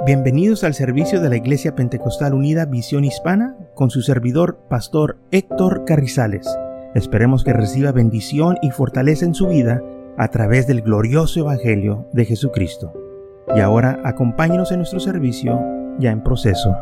Bienvenidos al servicio de la Iglesia Pentecostal Unida Visión Hispana con su servidor, Pastor Héctor Carrizales. Esperemos que reciba bendición y fortaleza en su vida a través del glorioso Evangelio de Jesucristo. Y ahora acompáñenos en nuestro servicio ya en proceso.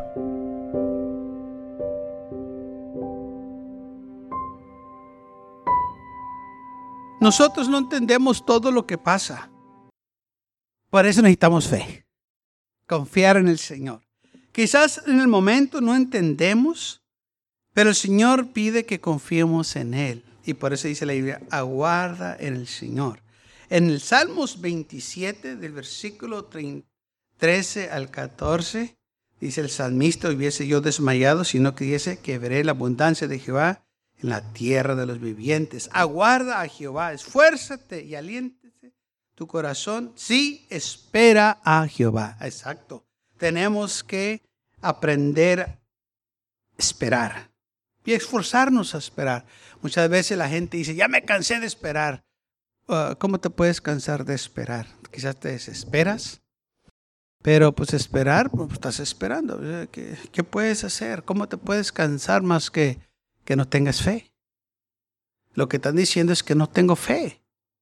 Nosotros no entendemos todo lo que pasa. Por eso necesitamos fe. Confiar en el Señor. Quizás en el momento no entendemos, pero el Señor pide que confiemos en Él. Y por eso dice la Biblia, aguarda en el Señor. En el Salmos 27, del versículo 13 al 14, dice el salmista, hubiese yo desmayado si no creyese que veré la abundancia de Jehová en la tierra de los vivientes. Aguarda a Jehová, esfuérzate y aliéntese tu corazón. Sí, espera a Jehová. Exacto. Tenemos que aprender a esperar y esforzarnos a esperar. Muchas veces la gente dice, ya me cansé de esperar. ¿Cómo te puedes cansar de esperar? Quizás te desesperas. Pero pues esperar, pues estás esperando. ¿Qué puedes hacer? ¿Cómo te puedes cansar más que no tengas fe? Lo que están diciendo es que no tengo fe.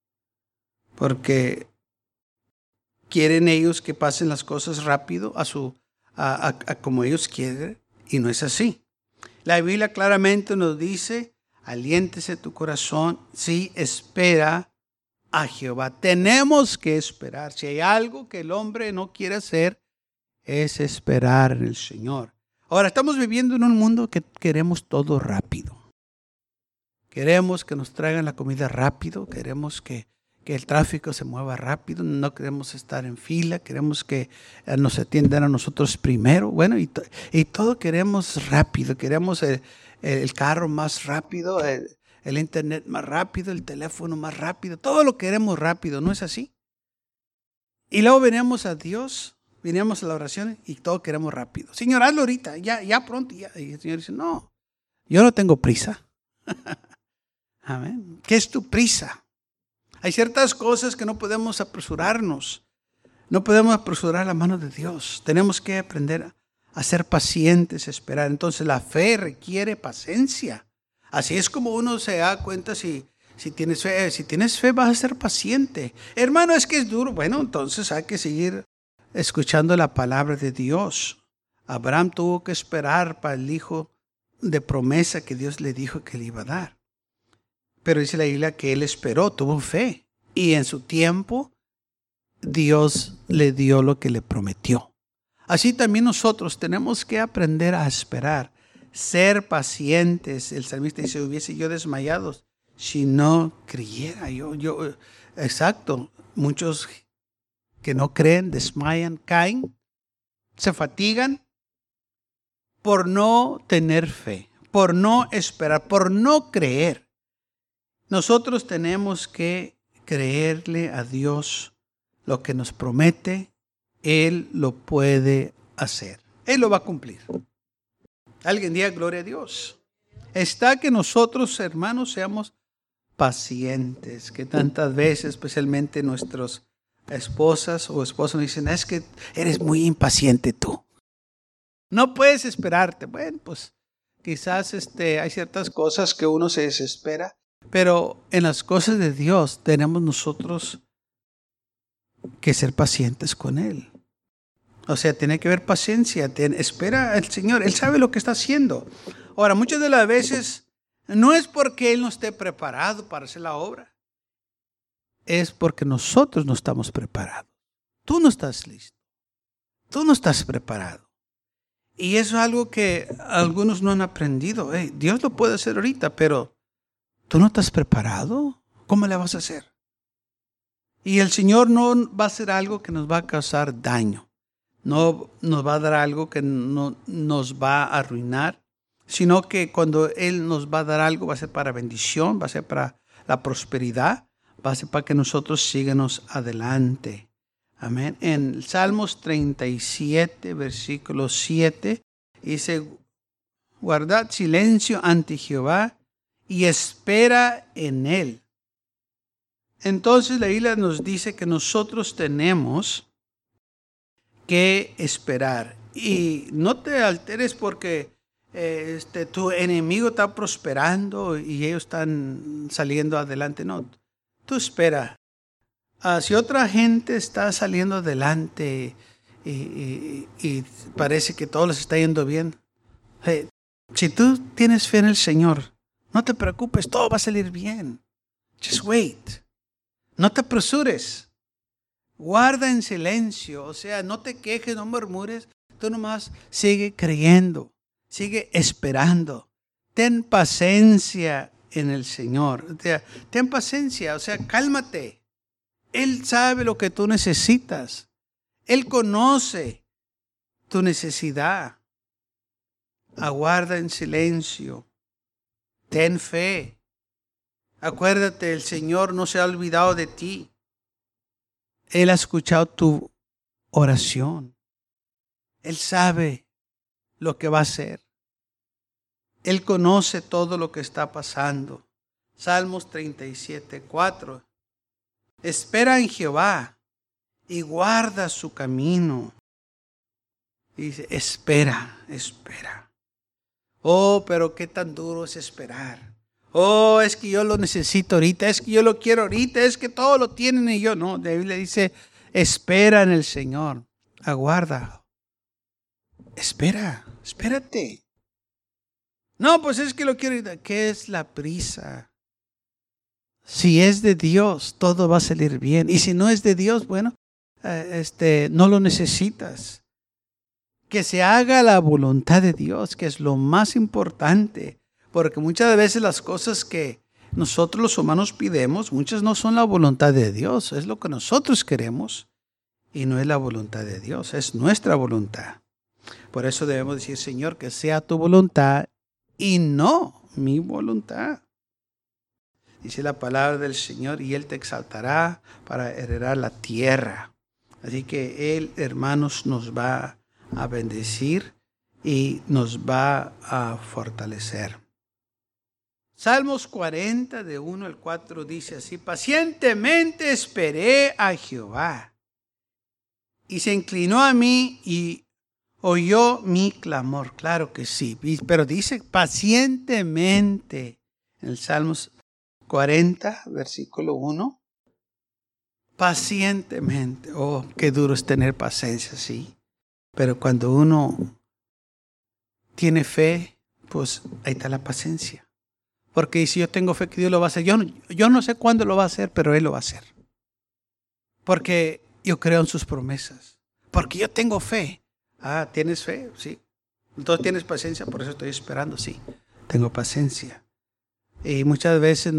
Porque quieren ellos que pasen las cosas rápido a como ellos quieren, y no es así. La Biblia claramente nos dice, aliéntese tu corazón, sí, espera a Jehová. Tenemos que esperar. Si hay algo que el hombre no quiere hacer, es esperar en el Señor. Ahora, estamos viviendo en un mundo que queremos todo rápido. Queremos que nos traigan la comida rápido, queremos que el tráfico se mueva rápido, no queremos estar en fila, queremos que nos atiendan a nosotros primero. Bueno, y todo queremos rápido, queremos el carro más rápido, el internet más rápido, el teléfono más rápido, todo lo queremos rápido, ¿no es así? Y luego venimos a Dios, venimos a la oración y todo queremos rápido. Señor, hazlo ahorita, ya pronto. Y el Señor dice, no, yo no tengo prisa. Amén. ¿Qué es tu prisa? Hay ciertas cosas que no podemos apresurarnos. No podemos apresurar la mano de Dios. Tenemos que aprender a ser pacientes, a esperar. Entonces la fe requiere paciencia. Así es como uno se da cuenta si tienes fe. Si tienes fe vas a ser paciente. Hermano, es que es duro. Bueno, entonces hay que seguir escuchando la palabra de Dios. Abraham tuvo que esperar para el hijo de promesa que Dios le dijo que le iba a dar. Pero dice la Biblia que él esperó, tuvo fe. Y en su tiempo, Dios le dio lo que le prometió. Así también nosotros tenemos que aprender a esperar, ser pacientes. El salmista dice, hubiese yo desmayado si no creyera. Exacto. Muchos que no creen, desmayan, caen, se fatigan por no tener fe, por no esperar, por no creer. Nosotros tenemos que creerle a Dios lo que nos promete. Él lo puede hacer. Él lo va a cumplir. Alguien diga gloria a Dios. Está que nosotros, hermanos, seamos pacientes. Que tantas veces, especialmente nuestras esposas o esposos, nos dicen, es que eres muy impaciente tú. No puedes esperarte. Bueno, pues quizás hay ciertas cosas que uno se desespera. Pero en las cosas de Dios tenemos nosotros que ser pacientes con Él. O sea, tiene que haber paciencia. Espera al Señor. Él sabe lo que está haciendo. Ahora, muchas de las veces no es porque Él no esté preparado para hacer la obra. Es porque nosotros no estamos preparados. Tú no estás listo. Tú no estás preparado. Y eso es algo que algunos no han aprendido. Dios lo puede hacer ahorita, pero ¿tú no estás preparado? ¿Cómo le vas a hacer? Y el Señor no va a hacer algo que nos va a causar daño. No nos va a dar algo que no nos va a arruinar, sino que cuando Él nos va a dar algo va a ser para bendición, va a ser para la prosperidad, va a ser para que nosotros sigamos adelante. Amén. En Salmos 37, versículo 7, dice, guardad silencio ante Jehová y espera en Él. Entonces la Biblia nos dice que nosotros tenemos que esperar. Y no te alteres porque tu enemigo está prosperando y ellos están saliendo adelante. No, tú espera. Si otra gente está saliendo adelante y parece que todo les está yendo bien, si tú tienes fe en el Señor, no te preocupes, todo va a salir bien. Just wait. No te apresures. Guarda en silencio. O sea, no te quejes, no murmures. Tú nomás sigue creyendo. Sigue esperando. Ten paciencia en el Señor. O sea, ten paciencia. O sea, cálmate. Él sabe lo que tú necesitas. Él conoce tu necesidad. Aguarda en silencio. Ten fe. Acuérdate, el Señor no se ha olvidado de ti. Él ha escuchado tu oración. Él sabe lo que va a hacer. Él conoce todo lo que está pasando. Salmos 37:4. Espera en Jehová y guarda su camino. Dice, espera, espera. Oh, pero qué tan duro es esperar. Oh, es que yo lo necesito ahorita, es que yo lo quiero ahorita, es que todo lo tienen y yo no. David le dice, espera en el Señor, aguarda. Espera, espérate. No, pues es que lo quiero ahorita. ¿Qué es la prisa? Si es de Dios, todo va a salir bien. Y si no es de Dios, bueno, no lo necesitas. Que se haga la voluntad de Dios, que es lo más importante. Porque muchas veces las cosas que nosotros los humanos pidemos, muchas no son la voluntad de Dios. Es lo que nosotros queremos y no es la voluntad de Dios. Es nuestra voluntad. Por eso debemos decir, Señor, que sea tu voluntad y no mi voluntad. Dice la palabra del Señor, y Él te exaltará para heredar la tierra. Así que Él, hermanos, nos va a bendecir y nos va a fortalecer. Salmos 40, de 1 al 4, dice así, pacientemente esperé a Jehová, y se inclinó a mí y oyó mi clamor. Claro que sí, pero dice pacientemente, en el Salmos 40, versículo 1, pacientemente. Oh, qué duro es tener paciencia, sí. Pero cuando uno tiene fe, pues ahí está la paciencia. Porque si yo tengo fe que Dios lo va a hacer, yo no sé cuándo lo va a hacer, pero Él lo va a hacer. Porque yo creo en sus promesas. Porque yo tengo fe. Ah, ¿tienes fe? Sí. Entonces tienes paciencia, por eso estoy esperando. Sí, tengo paciencia. Y muchas veces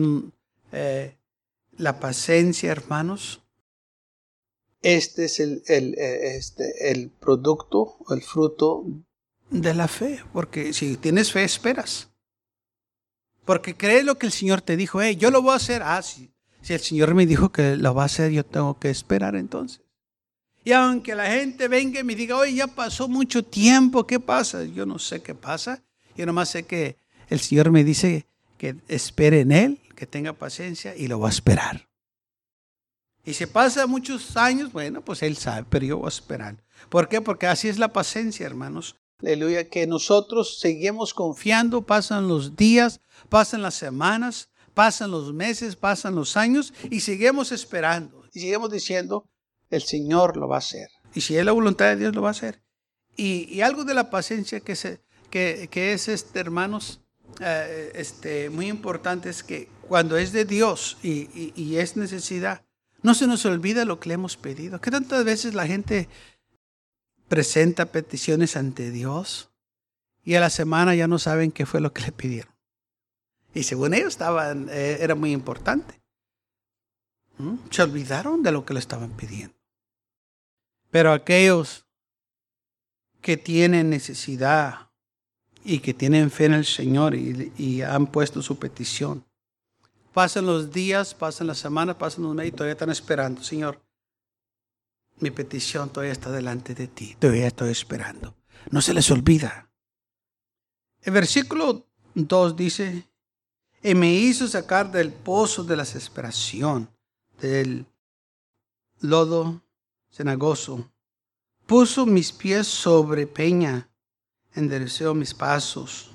la paciencia, hermanos, este es el producto o el fruto de la fe. Porque si tienes fe, esperas. Porque crees lo que el Señor te dijo. Yo lo voy a hacer. Si el Señor me dijo que lo va a hacer, yo tengo que esperar entonces. Y aunque la gente venga y me diga, oye, ya pasó mucho tiempo, ¿qué pasa? Yo no sé qué pasa. Yo nomás sé que el Señor me dice que espere en Él, que tenga paciencia y lo voy a esperar. Y si pasa muchos años, bueno, pues Él sabe, pero yo voy a esperar. ¿Por qué? Porque así es la paciencia, hermanos. Aleluya, que nosotros seguimos confiando, pasan los días, pasan las semanas, pasan los meses, pasan los años y seguimos esperando. Y seguimos diciendo, el Señor lo va a hacer. Y si es la voluntad de Dios, lo va a hacer. Y algo de la paciencia que es, hermanos, muy importante es que cuando es de Dios y es necesidad, no se nos olvida lo que le hemos pedido. Que tantas veces la gente presenta peticiones ante Dios y a la semana ya no saben qué fue lo que le pidieron. Y según ellos era muy importante. Se olvidaron de lo que le estaban pidiendo. Pero aquellos que tienen necesidad y que tienen fe en el Señor y han puesto su petición, pasan los días, pasan las semanas, pasan los meses y todavía están esperando. Señor, mi petición todavía está delante de ti. Todavía estoy esperando. No se les olvida. El versículo 2 dice, y me hizo sacar del pozo de la desesperación, del lodo cenagoso, Puso mis pies sobre peña, endereció mis pasos.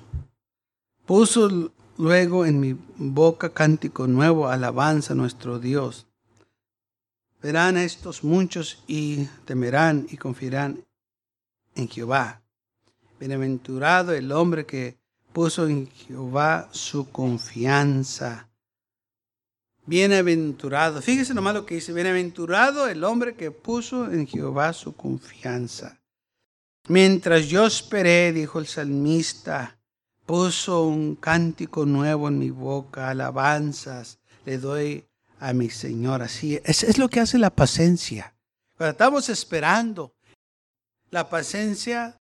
Puso luego en mi boca cántico nuevo, alabanza a nuestro Dios. Verán estos muchos y temerán y confiarán en Jehová. Bienaventurado el hombre que puso en Jehová su confianza. Bienaventurado, fíjese nomás lo que dice, bienaventurado el hombre que puso en Jehová su confianza. Mientras yo esperé, dijo el salmista, puso un cántico nuevo en mi boca, alabanzas le doy a mi Señor. Así es lo que hace la paciencia. Cuando estamos esperando, la paciencia,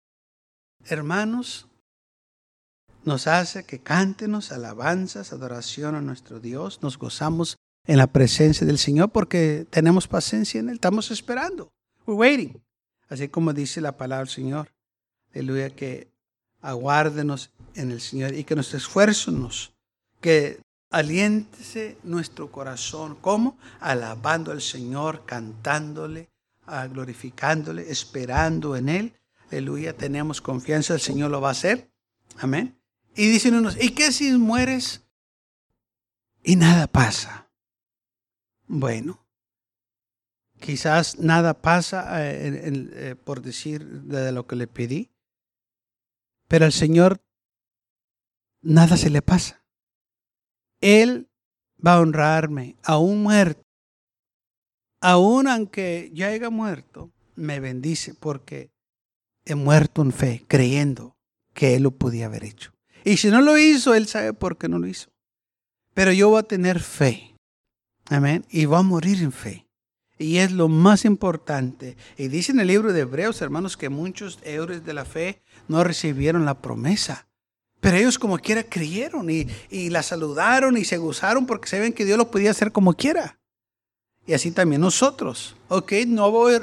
hermanos, nos hace que cántenos alabanzas, adoración a nuestro Dios. Nos gozamos en la presencia del Señor porque tenemos paciencia en Él. Estamos esperando. We're waiting. Así como dice la palabra del Señor. Aleluya, que aguárdenos en el Señor y que nos esfuércenos, que aliéntese nuestro corazón. ¿Cómo? Alabando al Señor, cantándole, glorificándole, esperando en Él. Aleluya, tenemos confianza, el Señor lo va a hacer. Amén. Y dicen unos, ¿y qué si mueres y nada pasa? Bueno, quizás nada pasa por decir de lo que le pedí, pero al Señor nada se le pasa. Él va a honrarme, aún muerto. Aún aunque ya haya muerto, me bendice porque he muerto en fe, creyendo que Él lo podía haber hecho. Y si no lo hizo, Él sabe por qué no lo hizo. Pero yo voy a tener fe. Amén. Y voy a morir en fe. Y es lo más importante. Y dice en el libro de Hebreos, hermanos, que muchos héroes de la fe no recibieron la promesa. Pero ellos como quiera creyeron y la saludaron y se gozaron porque saben que Dios lo podía hacer como quiera. Y así también nosotros. Ok, no voy,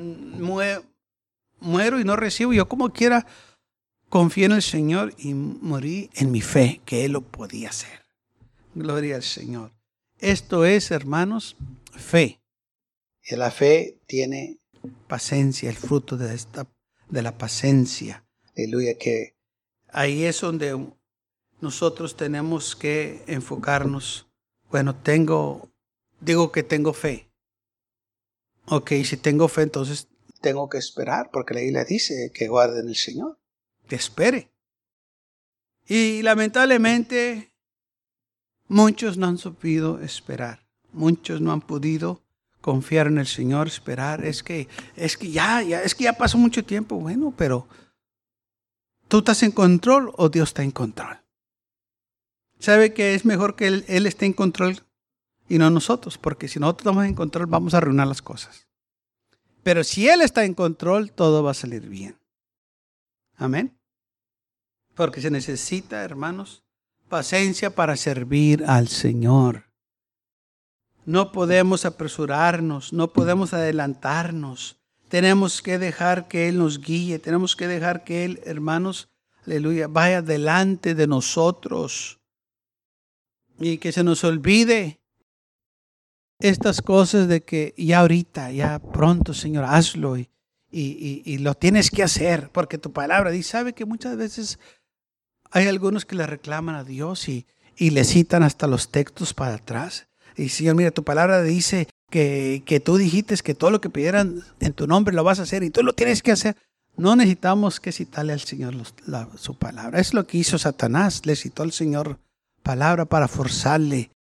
muero y no recibo. Yo como quiera confié en el Señor y morí en mi fe, que Él lo podía hacer. Gloria al Señor. Esto es, hermanos, fe. Y la fe tiene paciencia, el fruto de la paciencia. Aleluya, que ahí es donde nosotros tenemos que enfocarnos. Bueno, digo que tengo fe. Ok, si tengo fe, entonces tengo que esperar, porque la Biblia dice que guarden el Señor. Que espere. Y lamentablemente muchos no han sabido esperar. Muchos no han podido confiar en el Señor, esperar. Es que ya pasó mucho tiempo. Bueno, pero ¿tú estás en control o Dios está en control? ¿Sabe que es mejor que Él esté en control y no nosotros? Porque si nosotros estamos en control, vamos a arruinar las cosas. Pero si Él está en control, todo va a salir bien. Amén. Porque se necesita, hermanos, paciencia para servir al Señor. No podemos apresurarnos, no podemos adelantarnos. Tenemos que dejar que Él nos guíe. Tenemos que dejar que Él, hermanos, aleluya, vaya delante de nosotros. Y que se nos olvide estas cosas de que ya ahorita, ya pronto, Señor, hazlo. Y lo tienes que hacer. Porque tu palabra dice, ¿sabe que muchas veces hay algunos que le reclaman a Dios y le citan hasta los textos para atrás? Y Señor, mira, tu palabra dice que tú dijiste que todo lo que pidieran en tu nombre lo vas a hacer y tú lo tienes que hacer. No necesitamos que citarle al Señor su palabra. Es lo que hizo Satanás. Le citó al Señor palabra para forzarle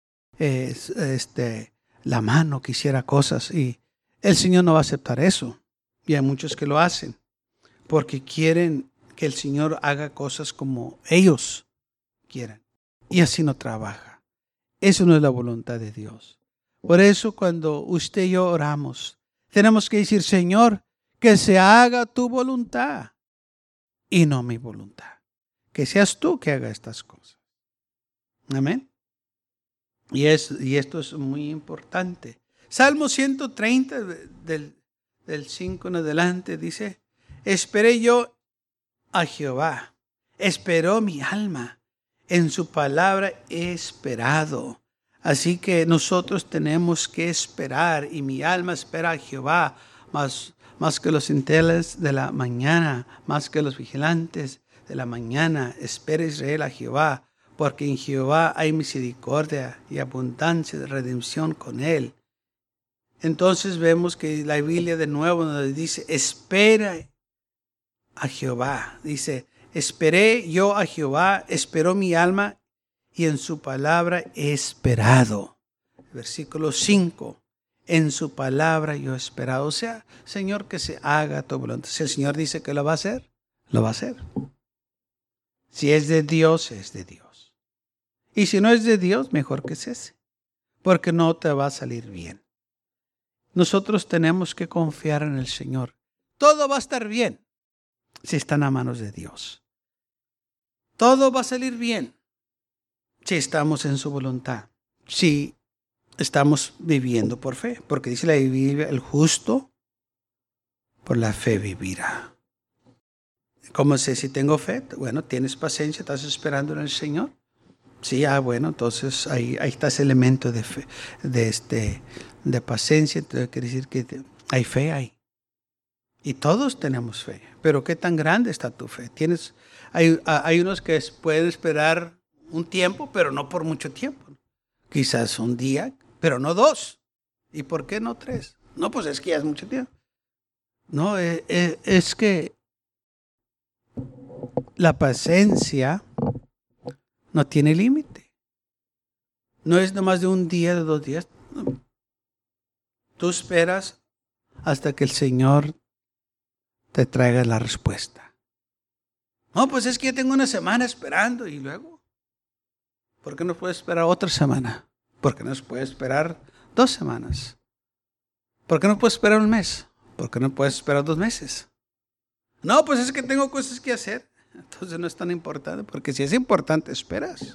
la mano que hiciera cosas. Y el Señor no va a aceptar eso. Y hay muchos que lo hacen porque quieren que el Señor haga cosas como ellos quieran. Y así no trabaja. Eso no es la voluntad de Dios. Por eso cuando usted y yo oramos, tenemos que decir, Señor, que se haga tu voluntad y no mi voluntad. Que seas tú que haga estas cosas. Amén. Y esto es muy importante. Salmo 130 del 5 en adelante dice, esperé yo a Jehová, esperó mi alma. En su palabra he esperado. Así que nosotros tenemos que esperar. Y mi alma espera a Jehová. Mas más que los centellas de la mañana, más que los vigilantes de la mañana. Espera Israel a Jehová, porque en Jehová hay misericordia y abundancia de redención con él. Entonces vemos que la Biblia de nuevo nos dice, espera a Jehová. Dice, esperé yo a Jehová, esperó mi alma y en su palabra he esperado. Versículo 5. En su palabra yo he esperado. O sea, Señor, que se haga tu voluntad. Si el Señor dice que lo va a hacer, lo va a hacer. Si es de Dios, es de Dios. Y si no es de Dios, mejor que cese, porque no te va a salir bien. Nosotros tenemos que confiar en el Señor. Todo va a estar bien si están a manos de Dios. Todo va a salir bien si estamos en su voluntad. Si estamos viviendo por fe. Porque dice la Biblia, el justo por la fe vivirá. ¿Cómo sé si tengo fe? Bueno, tienes paciencia, estás esperando en el Señor. Sí, bueno, entonces ahí está ese elemento de fe, de paciencia. Entonces quiere decir que hay fe ahí. Y todos tenemos fe. Pero ¿qué tan grande está tu fe? Hay unos que pueden esperar un tiempo, pero no por mucho tiempo. Quizás un día, pero no 2. ¿Y por qué no 3? No, pues es que ya es mucho tiempo. No, es que la paciencia no tiene límite. No es nomás de un día, de 2 días. No. Tú esperas hasta que el Señor te traiga la respuesta. No, pues es que yo tengo una semana esperando y luego. ¿Por qué no puedes esperar otra semana? ¿Por qué no puedes esperar 2 semanas? ¿Por qué no puedes esperar un mes? ¿Por qué no puedes esperar 2 meses? No, pues es que tengo cosas que hacer. Entonces no es tan importante, porque si es importante, esperas.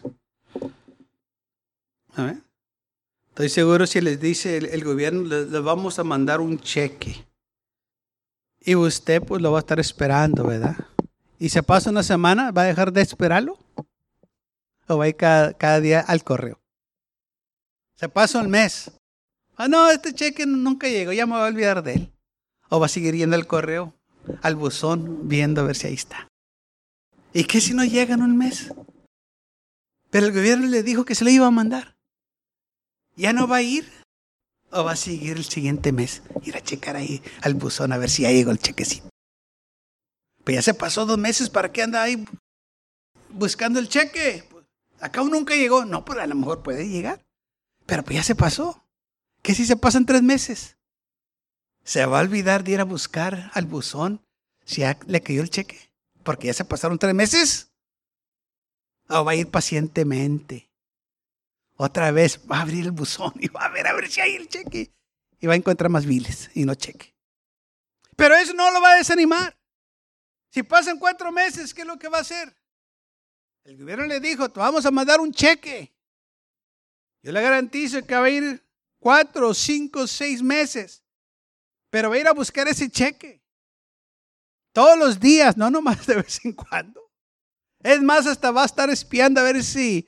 A ver. Estoy seguro si les dice el gobierno, les vamos a mandar un cheque. Y usted pues lo va a estar esperando, ¿verdad? Y se pasa una semana, ¿va a dejar de esperarlo? ¿O va a ir cada día al correo? Se pasa un mes. No, este cheque nunca llegó, ya me voy a olvidar de él. O va a seguir yendo al correo, al buzón, viendo a ver si ahí está. ¿Y qué si no llega en un mes? Pero el gobierno le dijo que se le iba a mandar. ¿Ya no va a ir? ¿O va a seguir el siguiente mes? Ir a checar ahí al buzón a ver si ya llegó el chequecito. Pues ya se pasó 2 meses, ¿para qué anda ahí buscando el cheque? Acá nunca llegó. No, pues a lo mejor puede llegar. Pero pues ya se pasó. ¿Qué si se pasan 3 meses? ¿Se va a olvidar de ir a buscar al buzón si ya le cayó el cheque? Porque ya se pasaron 3 meses. ¿O va a ir pacientemente? Otra vez va a abrir el buzón y va a ver si hay el cheque. Y va a encontrar más biles y no cheque. Pero eso no lo va a desanimar. Si pasan 4 meses, ¿qué es lo que va a hacer? El gobierno le dijo, te vamos a mandar un cheque. Yo le garantizo que va a ir 4, 5, 6 meses. Pero va a ir a buscar ese cheque. Todos los días, no nomás de vez en cuando. Es más, hasta va a estar espiando a ver si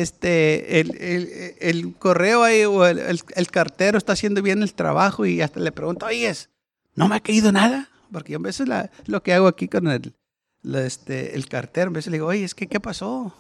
el correo ahí o el cartero está haciendo bien el trabajo y hasta le pregunta, oye, ¿no me ha caído nada? Porque yo a veces lo que hago aquí con el cartero, a veces le digo, oye, ¿qué pasó?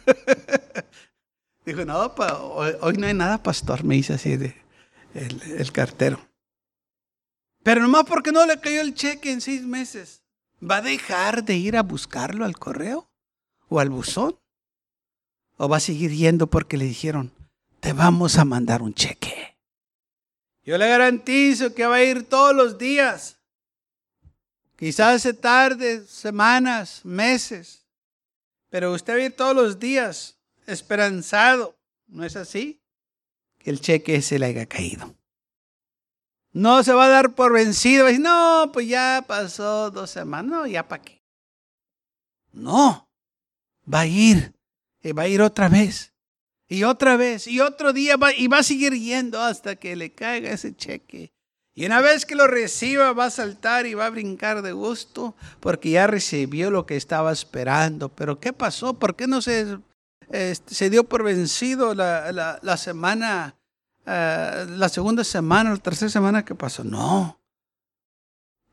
Dijo, no, hoy no hay nada, pastor, me dice así el cartero. Pero nomás porque no le cayó el cheque en 6 meses, ¿va a dejar de ir a buscarlo al correo o al buzón? ¿O va a seguir yendo porque le dijeron, te vamos a mandar un cheque? Yo le garantizo que va a ir todos los días. Quizás se tarde semanas, meses, pero usted va a ir todos los días esperanzado. ¿No es así? Que el cheque se le haya caído. No se va a dar por vencido. Va a decir, no, pues ya pasó 2 semanas. No, ya para qué. No, va a ir. Y va a ir otra vez. Y otra vez. Y otro día y va a seguir yendo hasta que le caiga ese cheque. Y una vez que lo reciba va a saltar y va a brincar de gusto porque ya recibió lo que estaba esperando. Pero ¿qué pasó? ¿Por qué no se dio por vencido la semana, la segunda semana, la tercera semana que pasó? No.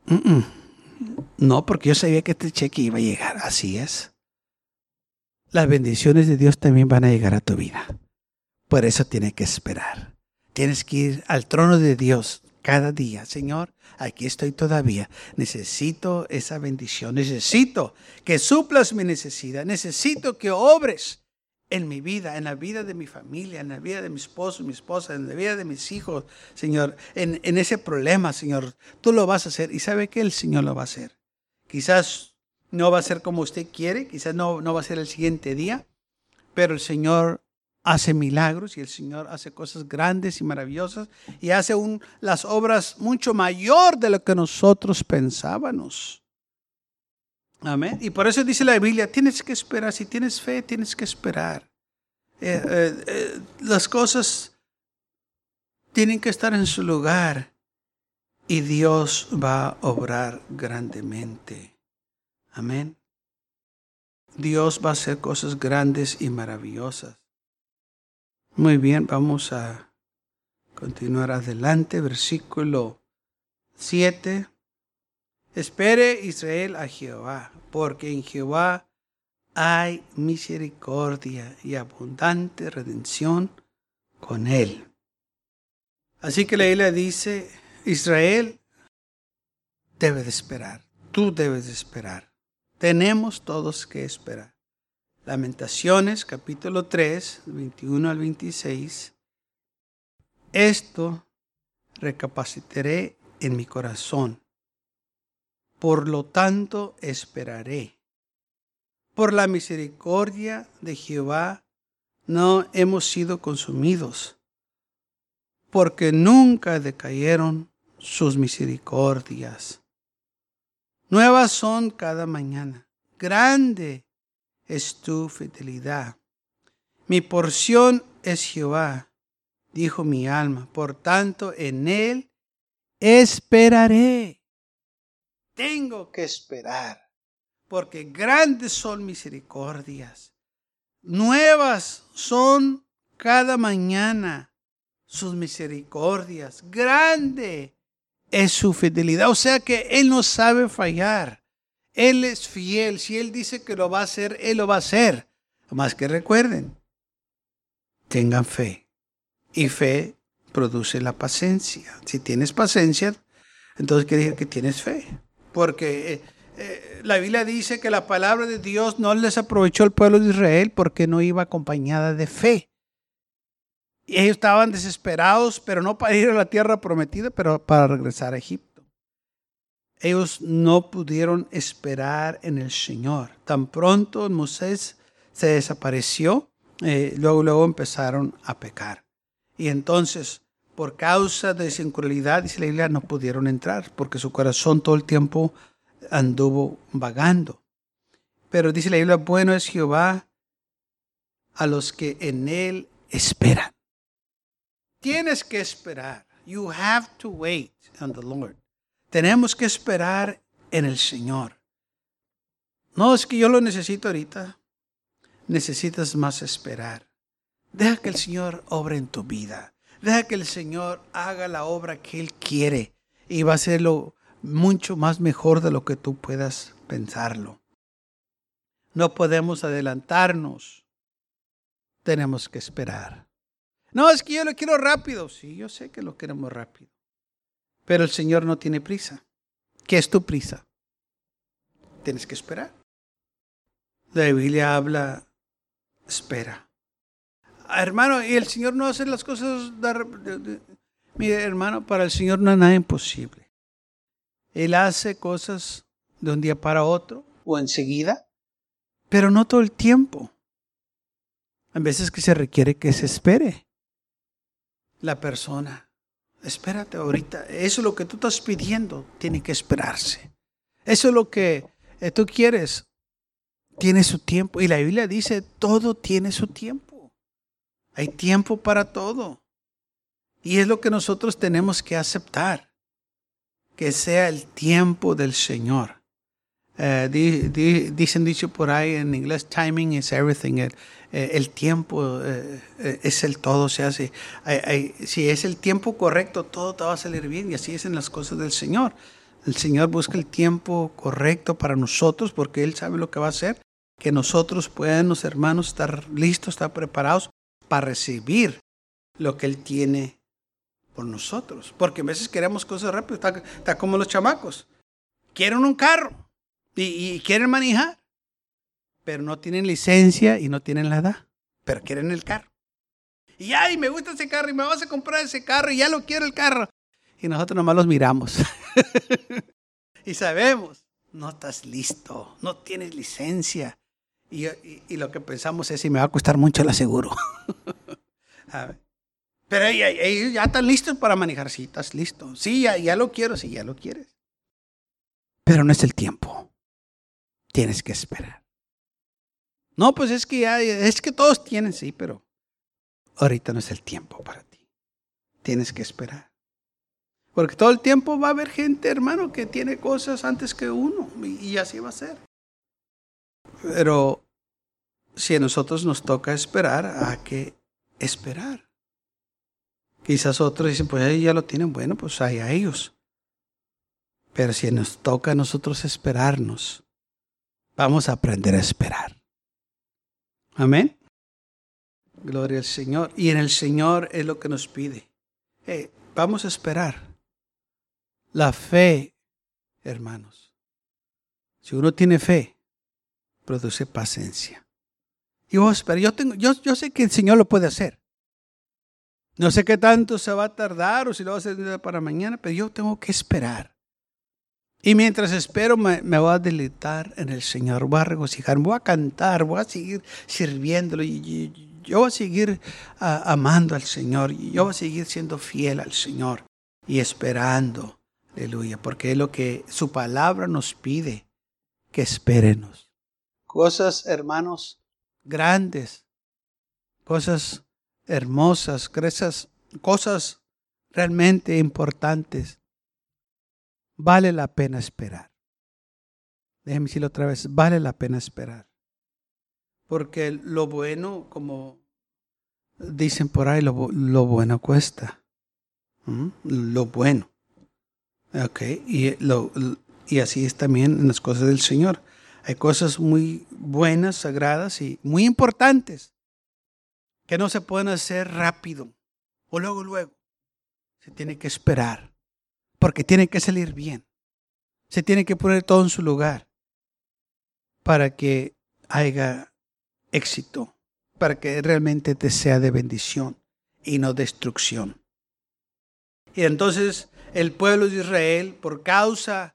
No, porque yo sabía que este cheque iba a llegar. Así es. Las bendiciones de Dios también van a llegar a tu vida. Por eso tienes que esperar. Tienes que ir al trono de Dios cada día. Señor, aquí estoy todavía. Necesito esa bendición. Necesito que suplas mi necesidad. Necesito que obres en mi vida, en la vida de mi familia, en la vida de mi esposo, mi esposa, en la vida de mis hijos, Señor. En ese problema, Señor, tú lo vas a hacer. ¿Y sabe que el Señor lo va a hacer? Quizás no va a ser como usted quiere. Quizás no va a ser el siguiente día. Pero el Señor hace milagros y el Señor hace cosas grandes y maravillosas y hace las obras mucho mayor de lo que nosotros pensábamos. Amén. Y por eso dice la Biblia, tienes que esperar. Si tienes fe, tienes que esperar. Las cosas tienen que estar en su lugar y Dios va a obrar grandemente. Amén. Dios va a hacer cosas grandes y maravillosas. Muy bien, vamos a continuar adelante. Versículo 7. Espere Israel a Jehová, porque en Jehová hay misericordia y abundante redención con él. Así que la Biblia dice, Israel debe de esperar. Tú debes de esperar. Tenemos todos que esperar. Lamentaciones, capítulo 3, 21 al 26. Esto recapacitaré en mi corazón. Por lo tanto, esperaré. Por la misericordia de Jehová no hemos sido consumidos, porque nunca decayeron sus misericordias. Nuevas son cada mañana. Grande es tu fidelidad. Mi porción es Jehová, dijo mi alma, por tanto en él esperaré. Tengo que esperar, porque grandes son misericordias. Nuevas son cada mañana sus misericordias. Grande es su fidelidad. O sea que él no sabe fallar. Él es fiel. Si él dice que lo va a hacer, él lo va a hacer. Más que recuerden, tengan fe. Y fe produce la paciencia. Si tienes paciencia, entonces quiere decir que tienes fe. Porque la Biblia dice que la palabra de Dios no les aprovechó al pueblo de Israel porque no iba acompañada de fe. Y ellos estaban desesperados, pero no para ir a la tierra prometida, pero para regresar a Egipto. Ellos no pudieron esperar en el Señor. Tan pronto Moisés se desapareció, luego empezaron a pecar. Y entonces, por causa de esa incredulidad, dice la Biblia, no pudieron entrar, porque su corazón todo el tiempo anduvo vagando. Pero dice la Biblia, bueno es Jehová a los que en él esperan. Tienes que esperar. You have to wait on the Lord. Tenemos que esperar en el Señor. No es que yo lo necesito ahorita. Necesitas más esperar. Deja que el Señor obre en tu vida. Deja que el Señor haga la obra que Él quiere. Y va a hacerlo mucho más mejor de lo que tú puedas pensarlo. No podemos adelantarnos. Tenemos que esperar. No, es que yo lo quiero rápido. Sí, yo sé que lo queremos rápido. Pero el Señor no tiene prisa. ¿Qué es tu prisa? Tienes que esperar. La Biblia habla, espera. Hermano, y el Señor no hace las cosas. Mire, hermano, para el Señor no hay nada imposible. Él hace cosas de un día para otro o enseguida, pero no todo el tiempo. A veces que se requiere que se espere la persona. Espérate ahorita. Eso es lo que tú estás pidiendo. Tiene que esperarse. Eso es lo que tú quieres. Tiene su tiempo. Y la Biblia dice, todo tiene su tiempo. Hay tiempo para todo. Y es lo que nosotros tenemos que aceptar. Que sea el tiempo del Señor. Dicen dicho por ahí en inglés, timing is everything. El tiempo es el todo. O sea, si es el tiempo correcto, todo te va a salir bien. Y así es en las cosas del Señor. El Señor busca el tiempo correcto para nosotros porque Él sabe lo que va a hacer. Que nosotros podamos, hermanos, estar listos, estar preparados para recibir lo que Él tiene por nosotros. Porque a veces queremos cosas rápidas. Está como los chamacos. Quieren un carro y quieren manejar. Pero no tienen licencia y no tienen la edad. Pero quieren el carro. Y ay, me gusta ese carro y me vas a comprar ese carro y ya lo quiero el carro. Y nosotros nomás los miramos. Y sabemos, no estás listo, no tienes licencia. Y lo que pensamos es, si me va a costar mucho el aseguro. Pero ellos ya están listos para manejar. Sí, estás listo. Sí, ya lo quiero, sí, ya lo quieres. Pero no es el tiempo. Tienes que esperar. No, pues es que todos tienen, sí, pero ahorita no es el tiempo para ti. Tienes que esperar. Porque todo el tiempo va a haber gente, hermano, que tiene cosas antes que uno. Y así va a ser. Pero si a nosotros nos toca esperar, hay que esperar. Quizás otros dicen, pues ellos ya lo tienen. Bueno, pues hay a ellos. Pero si nos toca a nosotros esperarnos, vamos a aprender a esperar. Amén. Gloria al Señor. Y en el Señor es lo que nos pide. Vamos a esperar. La fe, hermanos, si uno tiene fe, produce paciencia. Y vamos a esperar. Yo sé que el Señor lo puede hacer. No sé qué tanto se va a tardar o si lo va a hacer para mañana, pero yo tengo que esperar. Y mientras espero me voy a deleitar en el Señor, voy a regocijar, voy a cantar, voy a seguir sirviéndolo y yo voy a seguir amando al Señor y yo voy a seguir siendo fiel al Señor y esperando. Aleluya, porque es lo que su palabra nos pide, que espérenos. Cosas, hermanos, grandes, cosas hermosas, cosas realmente importantes. Vale la pena esperar. Déjenme decirlo otra vez, vale la pena esperar. Porque lo bueno, como dicen por ahí, lo bueno cuesta. Lo bueno. Okay. Y así es también en las cosas del Señor. Hay cosas muy buenas, sagradas y muy importantes que no se pueden hacer rápido o luego. Se tiene que esperar porque tiene que salir bien. Se tiene que poner todo en su lugar para que haya éxito, para que realmente te sea de bendición y no destrucción. Y entonces el pueblo de Israel, por causa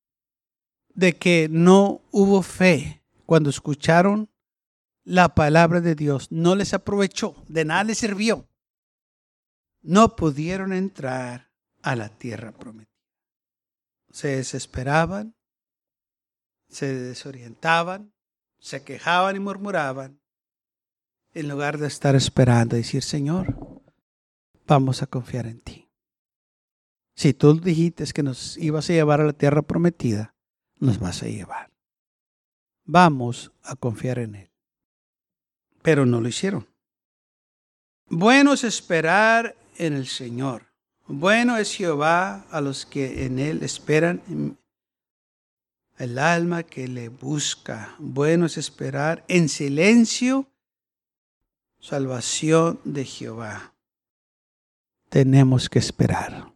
de que no hubo fe cuando escucharon la palabra de Dios, no les aprovechó, de nada les sirvió. No pudieron entrar a la tierra prometida. Se desesperaban, se desorientaban, se quejaban y murmuraban, en lugar de estar esperando y decir, Señor, vamos a confiar en ti. Si tú dijiste que nos ibas a llevar a la tierra prometida, nos vas a llevar. Vamos a confiar en Él. Pero no lo hicieron. Bueno es esperar en el Señor. Bueno es Jehová a los que en Él esperan, el alma que le busca. Bueno es esperar en silencio, salvación de Jehová. Tenemos que esperar.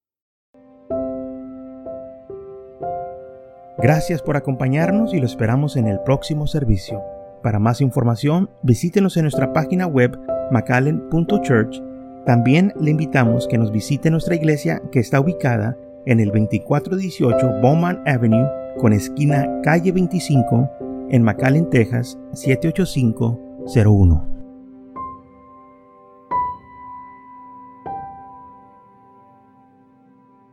Gracias por acompañarnos y lo esperamos en el próximo servicio. Para más información, visítenos en nuestra página web macallen.church. También le invitamos que nos visite nuestra iglesia que está ubicada en el 2418 Bowman Avenue con esquina calle 25 en McAllen, Texas 78501.